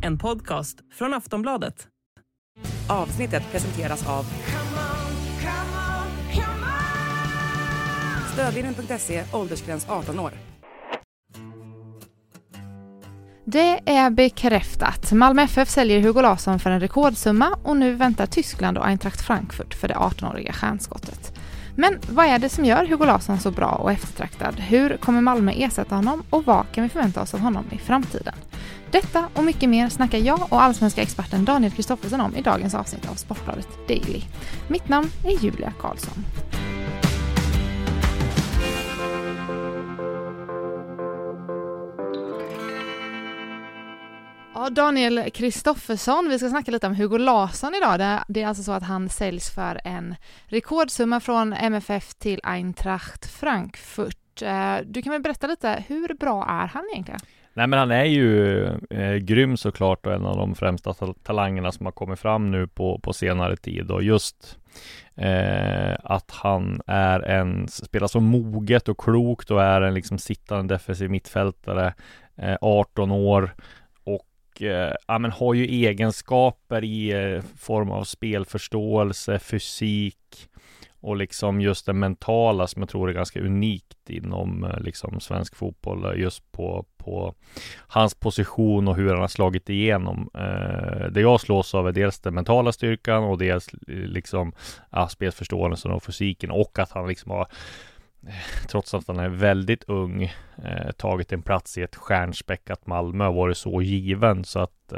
en podcast från Aftonbladet. Avsnittet presenteras av Stödlinjen.se, åldersgräns 18 år. Det är bekräftat. Malmö FF säljer Hugo Larsson för en rekordsumma och nu väntar Tyskland och Eintracht Frankfurt för det 18-åriga stjärnskottet. Men vad är det som gör Hugo Larsson så bra och eftertraktad? Hur kommer Malmö ersätta honom och vad kan vi förvänta oss av honom i framtiden? Detta och mycket mer snackar jag och allsvenska experten Daniel Kristoffersson om i dagens avsnitt av Sportbladet Daily. Mitt namn är Julia Karlsson. Ja, Daniel Kristoffersson, vi ska snacka lite om Hugo Larsson idag. Det är alltså så att han säljs för en rekordsumma från MFF till Eintracht Frankfurt. Du kan väl berätta lite, hur bra är han egentligen? Nej, men han är ju grym såklart och en av de främsta talangerna som har kommit fram nu på senare tid. Och just att han spelar så moget och klokt och är en liksom sittande defensiv mittfältare, 18 år. Men har ju egenskaper i form av spelförståelse, fysik och liksom just det mentala som jag tror är ganska unikt inom liksom svensk fotboll, just på hans position och hur han har slagit igenom. Det jag slås av är dels den mentala styrkan och dels liksom spelförståelsen och fysiken, och att han liksom har, trots att han är väldigt ung, tagit en plats i ett stjärnspäckat Malmö och varit så given. Så att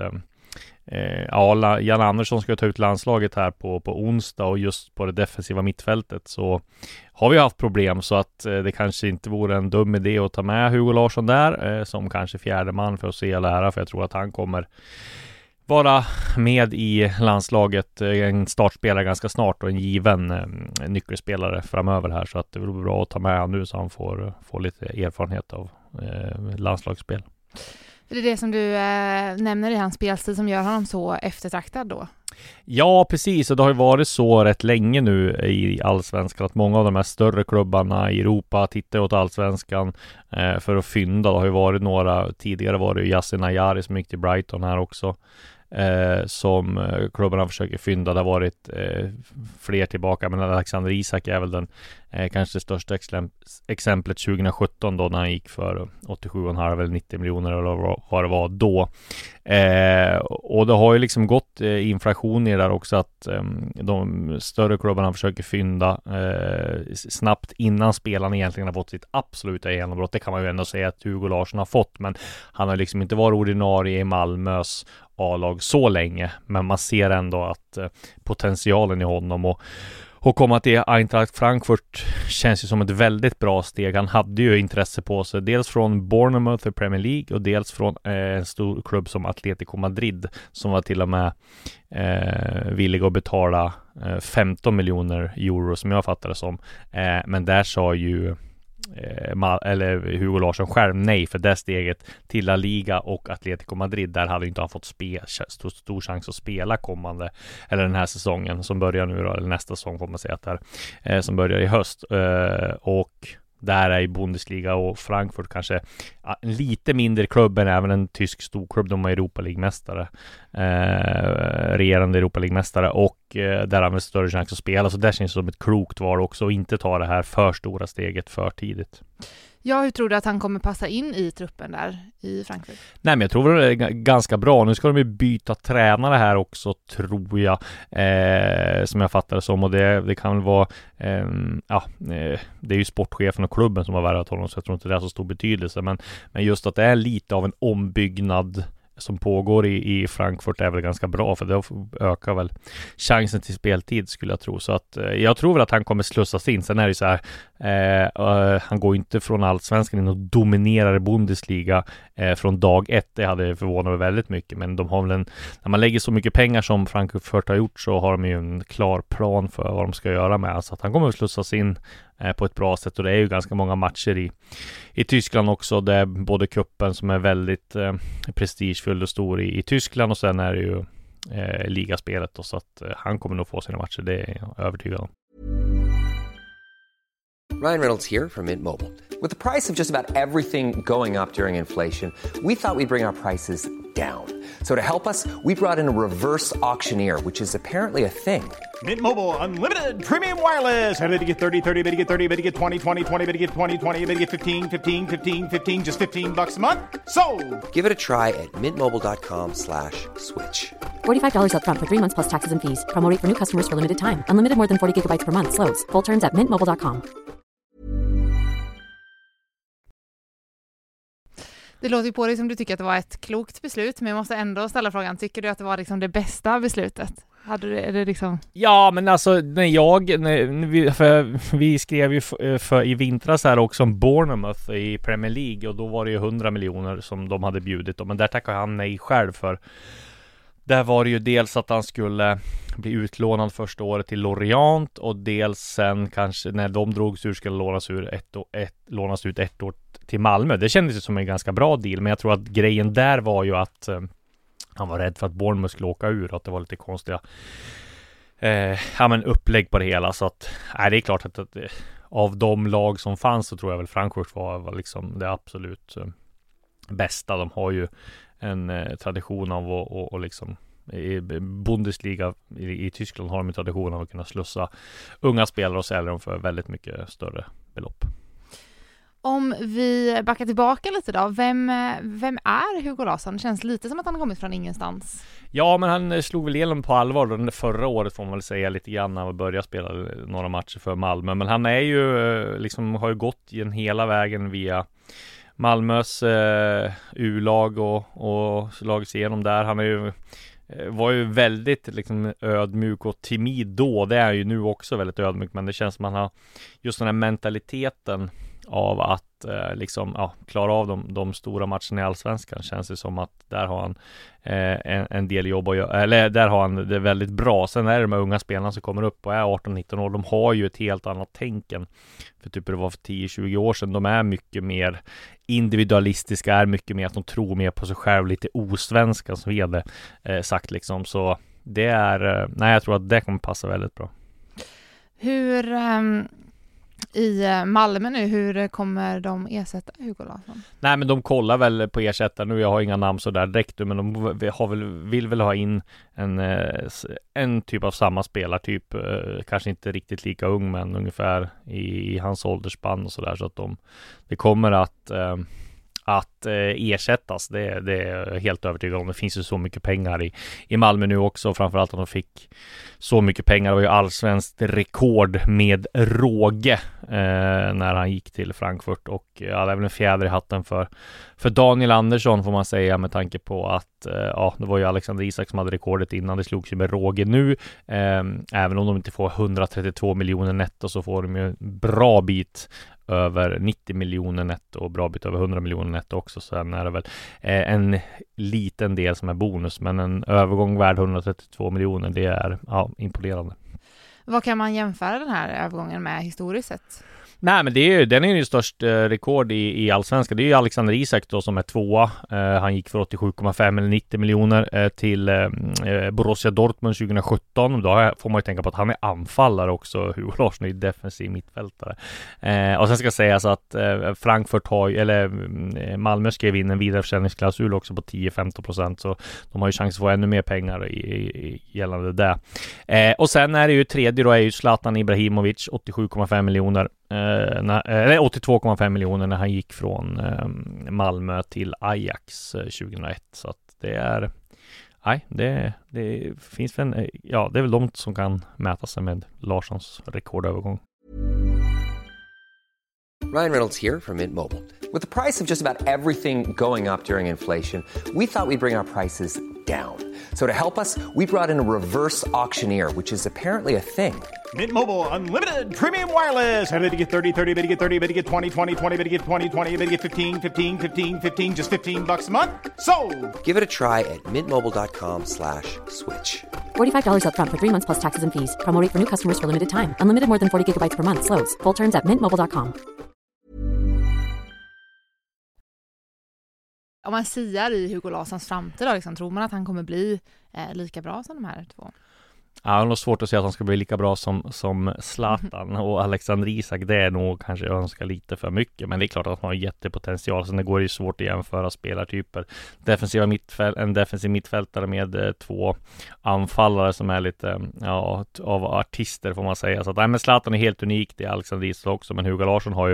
Jan Andersson ska ta ut landslaget här på onsdag, och just på det defensiva mittfältet så har vi haft problem, så att det kanske inte vore en dum idé att ta med Hugo Larsson där som kanske fjärde man för att se alla här, för jag tror att han kommer vara med i landslaget, en startspelare ganska snart och en given nyckelspelare framöver här, så att det vore bra att ta med nu så han får lite erfarenhet av landslagsspel. Det är det som du nämner i hans spelstil som gör honom så eftertraktad då? Ja, precis, och det har ju varit så rätt länge nu i allsvenskan att många av de här större klubbarna i Europa tittar åt allsvenskan för att fynda. Det har ju varit några, tidigare var det ju Yasin Ayari som gick till Brighton här också, som klubbarna försöker fynda. Det har varit fler tillbaka, men Alexander Isak är väl den kanske det största exemplet 2017 då, när han gick för 87,5 eller 90 miljoner eller vad det var då. Och det har ju liksom gått inflation i det där också, att de större klubbarna försöker fynda snabbt innan spelarna egentligen har fått sitt absoluta genombrott. Det kan man ju ändå säga att Hugo Larsson har fått, men han har liksom inte varit ordinarie i Malmös A-lag så länge, men man ser ändå att potentialen i honom och komma till Eintracht Frankfurt känns ju som ett väldigt bra steg. Han hade ju intresse på sig, dels från Bournemouth i Premier League och dels från en stor klubb som Atletico Madrid, som var till och med villiga att betala 15 miljoner euro som jag fattade som. Men där sa ju Hugo Larsson själv nej för det steget till La Liga och Atletico Madrid. Där hade inte han fått stor chans att spela kommande, eller den här säsongen som börjar nu då, eller nästa säsong får man säga att det här, som börjar i höst, och där är ju Bundesliga och Frankfurt kanske en lite mindre klubb än även en tysk storklubb. De är Europa League-mästare, regerande Europa League-mästare, och där har man större chans att spela. Så där känns det som ett klokt val också, och inte ta det här för stora steget för tidigt. Ja, hur tror du att han kommer passa in i truppen där i Frankfurt? Nej, men jag tror det är ganska bra. Nu ska de ju byta tränare här också, tror jag, som jag fattar det som. Och det kan väl vara det är ju sportchefen och klubben som har värvat honom, så jag tror inte det är så stor betydelse. Men just att det är lite av en ombyggnad som pågår i Frankfurt är väl ganska bra, för det ökar väl chansen till speltid, skulle jag tro. Så att jag tror väl att han kommer slussas in. Sen är det så här, han går inte från allsvenskan in och dominerar Bundesliga från dag ett. Det hade förvånat mig väldigt mycket, men de har väl när man lägger så mycket pengar som Frankfurt har gjort, så har de ju en klar plan för vad de ska göra med. Så att han kommer att slussas in på ett bra sätt, och det är ju ganska många matcher i Tyskland också. Det är både kuppen som är väldigt prestigefylld och stor i Tyskland, och sen är det ju ligaspelet då, så att han kommer nog få sina matcher, det är jag övertygad om. Ryan Reynolds here from Mint Mobile. With the price of just about everything going up during inflation, we thought we'd bring our prices down. So to help us, we brought in a reverse auctioneer, which is apparently a thing. Mint Mobile Unlimited Premium Wireless. How to get 30, 30, bit to get 30, bit to get 20, 20, 20, bit to get 20, 20, bit to get 15, 15, 15, 15, just $15 a month? Sold! Give it a try at mintmobile.com/switch. $45 up front for 3 months plus taxes and fees. Promo rate for new customers for limited time. Unlimited more than 40 gigabytes per month. Slows full terms at mintmobile.com. Det låter ju på dig som du tycker att det var ett klokt beslut, men jag måste ändå ställa frågan, tycker du att det var liksom det bästa beslutet? Är det liksom... Ja, men alltså vi skrev ju i vintras här också om Bournemouth i Premier League, och då var det ju 100 miljoner som de hade bjudit dem, men där tackade han nej själv för. Där var det ju dels att han skulle bli utlånad första året till Lorient, och dels sen kanske när de drogs ur skulle lånas ut ett år till Malmö. Det kändes ju som en ganska bra deal, men jag tror att grejen där var ju att han var rädd för att Bournemouth skulle åka ur, att det var lite konstiga upplägg på det hela. Så att det är klart att av de lag som fanns så tror jag väl Frankfurt var liksom det absolut bästa. De har ju en tradition av att liksom i Bundesliga i Tyskland har de en tradition av att kunna slussa unga spelare och sälja dem för väldigt mycket större belopp. Om vi backar tillbaka lite då, vem är Hugo Larsson? Det känns lite som att han har kommit från ingenstans. Ja, men han slog väl igenom på allvar då förra året, får man väl säga, lite grann när han började spela några matcher för Malmö. Men han är ju liksom, har ju gått igen hela vägen via Malmös U-lag och slagits igenom där. Han är ju var ju väldigt liksom ödmjuk och timid då. Det är ju nu också väldigt ödmjuk, men det känns som att han har just den här mentaliteten av att klara av de stora matcherna i Allsvenskan. Känns det som att där har han en del jobb att göra, eller där har han det väldigt bra. Sen är det de unga spelarna som kommer upp och är 18-19 år, de har ju ett helt annat tänk än för typ det var för 10-20 år sedan. De är mycket mer individualistiska, är mycket mer att de tror mer på sig själv, lite osvenska som vi hade sagt liksom. Så det är, jag tror att det kommer passa väldigt bra. Hur i Malmö nu, hur kommer de ersätta Hugo Larsson? Nej, men de kollar väl på ersättare nu. Jag har inga namn så där direkt, men de vill väl ha in en typ av samma spelartyp, kanske inte riktigt lika ung, men ungefär i hans åldersspann och sådär, så att det kommer att ersättas. Det är jag helt övertygad om. Det finns ju så mycket pengar i Malmö nu också, framförallt att de fick så mycket pengar. Det var ju allsvenskt rekord med råge när han gick till Frankfurt, och det är väl en fjäder i hatten för Daniel Andersson, får man säga, med tanke på att det var ju Alexander Isak som hade rekordet innan. Det slogs ju med råge nu. Även om de inte får 132 miljoner netto, så får de ju en bra bit över 90 miljoner netto och bra bit över 100 miljoner netto också. Sen är det väl en liten del som är bonus, men en övergång värd 132 miljoner, det är imponerande. Vad kan man jämföra den här övergången med historiskt sett? Nej, men den är ju störst rekord i Allsvenskan. Det är ju Alexander Isak då som är tvåa. Han gick för 87,5 eller 90 miljoner till Borussia Dortmund 2017. Då får man ju tänka på att han är anfallare också. Hugo Larsson är defensiv mittfältare. Och sen ska sägas att Frankfurt Malmö skrev in en vidareförsäljningsklausul också på 10-15%, så de har ju chans att få ännu mer pengar gällande det. Och sen är det ju tredje då, är ju Zlatan Ibrahimovic, 87,5 miljoner. 82,5 miljoner när han gick från Malmö till Ajax 2001. Så att det är det finns väl det är väl de som kan mäta sig med Larssons rekordövergång. Ryan Reynolds here from Mint Mobile. With the price of just about everything going up during inflation, we thought we'd bring our prices down. So to help us, we brought in a reverse auctioneer, which is apparently a thing. Mint Mobile Unlimited Premium Wireless. How to get 30, 30, bit to get 30, bit to get 20, 20, 20, bit to get 20, 20, bit to get 15, 15, 15, 15, just $15 a month? Sold! Give it a try at mintmobile.com/switch. $45 up front for 3 months plus taxes and fees. Promo rate for new customers for limited time. Unlimited more than 40 gigabytes per month. Slows full terms at mintmobile.com. Om man siar i Hugo Larssons framtid då, liksom, tror man att han kommer bli lika bra som de här två? Ja, det är nog svårt att säga att han ska bli lika bra som Zlatan och Alexander Isak. Det är nog kanske önskar lite för mycket, men det är klart att han har jättepotential. Sen det går ju svårt att jämföra spelartyper. En defensiv mittfältare med 2 anfallare som är lite av artister får man säga. Så att, men Zlatan är helt unik, det är Alexander Isak också, men Hugo Larsson har ju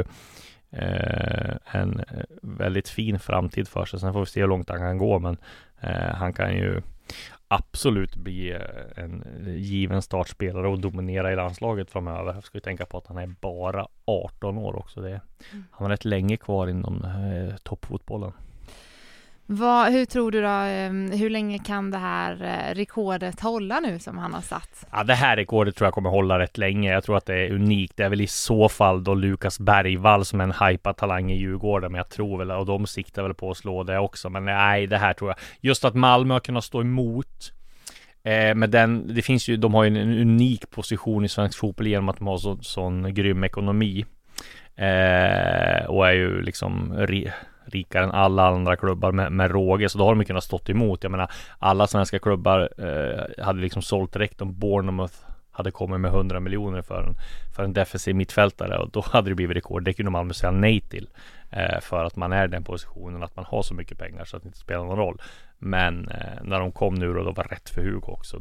en väldigt fin framtid för sig. Sen får vi se hur långt han kan gå, men han kan ju absolut bli en given startspelare och dominera i landslaget framöver. Jag ska ju tänka på att han är bara 18 år också. Han har rätt länge kvar inom toppfotbollen. Hur tror du då, hur länge kan det här rekordet hålla nu som han har satt? Ja, det här rekordet tror jag kommer hålla rätt länge. Jag tror att det är unikt. Det är väl i så fall då Lukas Bergvall som är en hypad talang i Djurgården, men jag tror väl, och de siktar väl på att slå det också. Men nej, det här tror jag. Just att Malmö har kunnat stå emot med det finns ju, de har ju en unik position i svensk fotboll genom att de har sån grym ekonomi och är ju liksom rikare än alla andra klubbar med råge, så då har de kunnat stått emot. Jag menar, alla svenska klubbar hade liksom sålt direkt om Bournemouth hade kommit med 100 miljoner för en defensiv mittfältare, och då hade det blivit rekord. Det kunde Malmö säga nej till för att man är i den positionen att man har så mycket pengar så att det inte spelar någon roll. Men när de kom nu och då var rätt för Hugo också,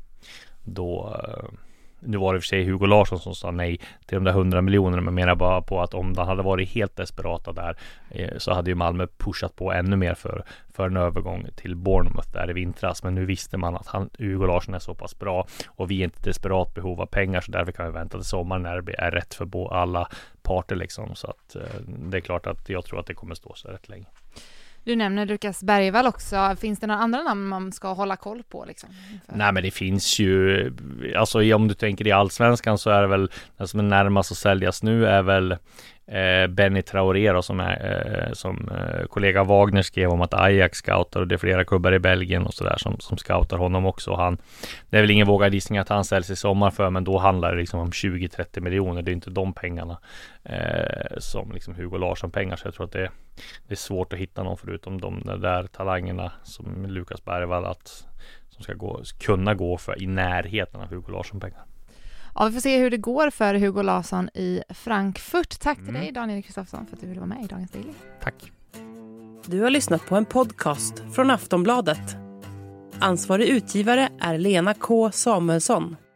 nu var det för sig Hugo Larsson som sa nej till de där 100 miljonerna, men menar bara på att om de hade varit helt desperata där så hade ju Malmö pushat på ännu mer för en övergång till Bournemouth där i vintras. Men nu visste man att Hugo Larsson är så pass bra och vi är inte desperat behov av pengar, så därför kan vi vänta till sommaren när det är rätt för alla parter liksom. Så att det är klart att jag tror att det kommer stå så rätt länge. Du nämner Lukas Bergvall också. Finns det några andra namn man ska hålla koll på liksom? Nej, men det finns ju, alltså om du tänker i Allsvenskan så är det väl den som är närmast att säljas nu är väl Benny Traoré då, som kollega Wagner skrev om att Ajax scoutar, och det är flera klubbar i Belgien och sådär som scoutar honom också. Det är väl ingen vågad gissning att han säljs i sommar för, men då handlar det liksom om 20-30 miljoner. Det är inte de pengarna som liksom Hugo Larsson pengar, så jag tror att det är svårt att hitta någon förutom de där talangerna som Lukas Bergvall som ska kunna gå för i närheten av Hugo Larsson pengar. Ja, vi får se hur det går för Hugo Larsson i Frankfurt. Tack till dig, Daniel Kristoffersson, för att du ville vara med i Dagens Daily. Tack. Du har lyssnat på en podcast från Aftonbladet. Ansvarig utgivare är Lena K. Samuelsson.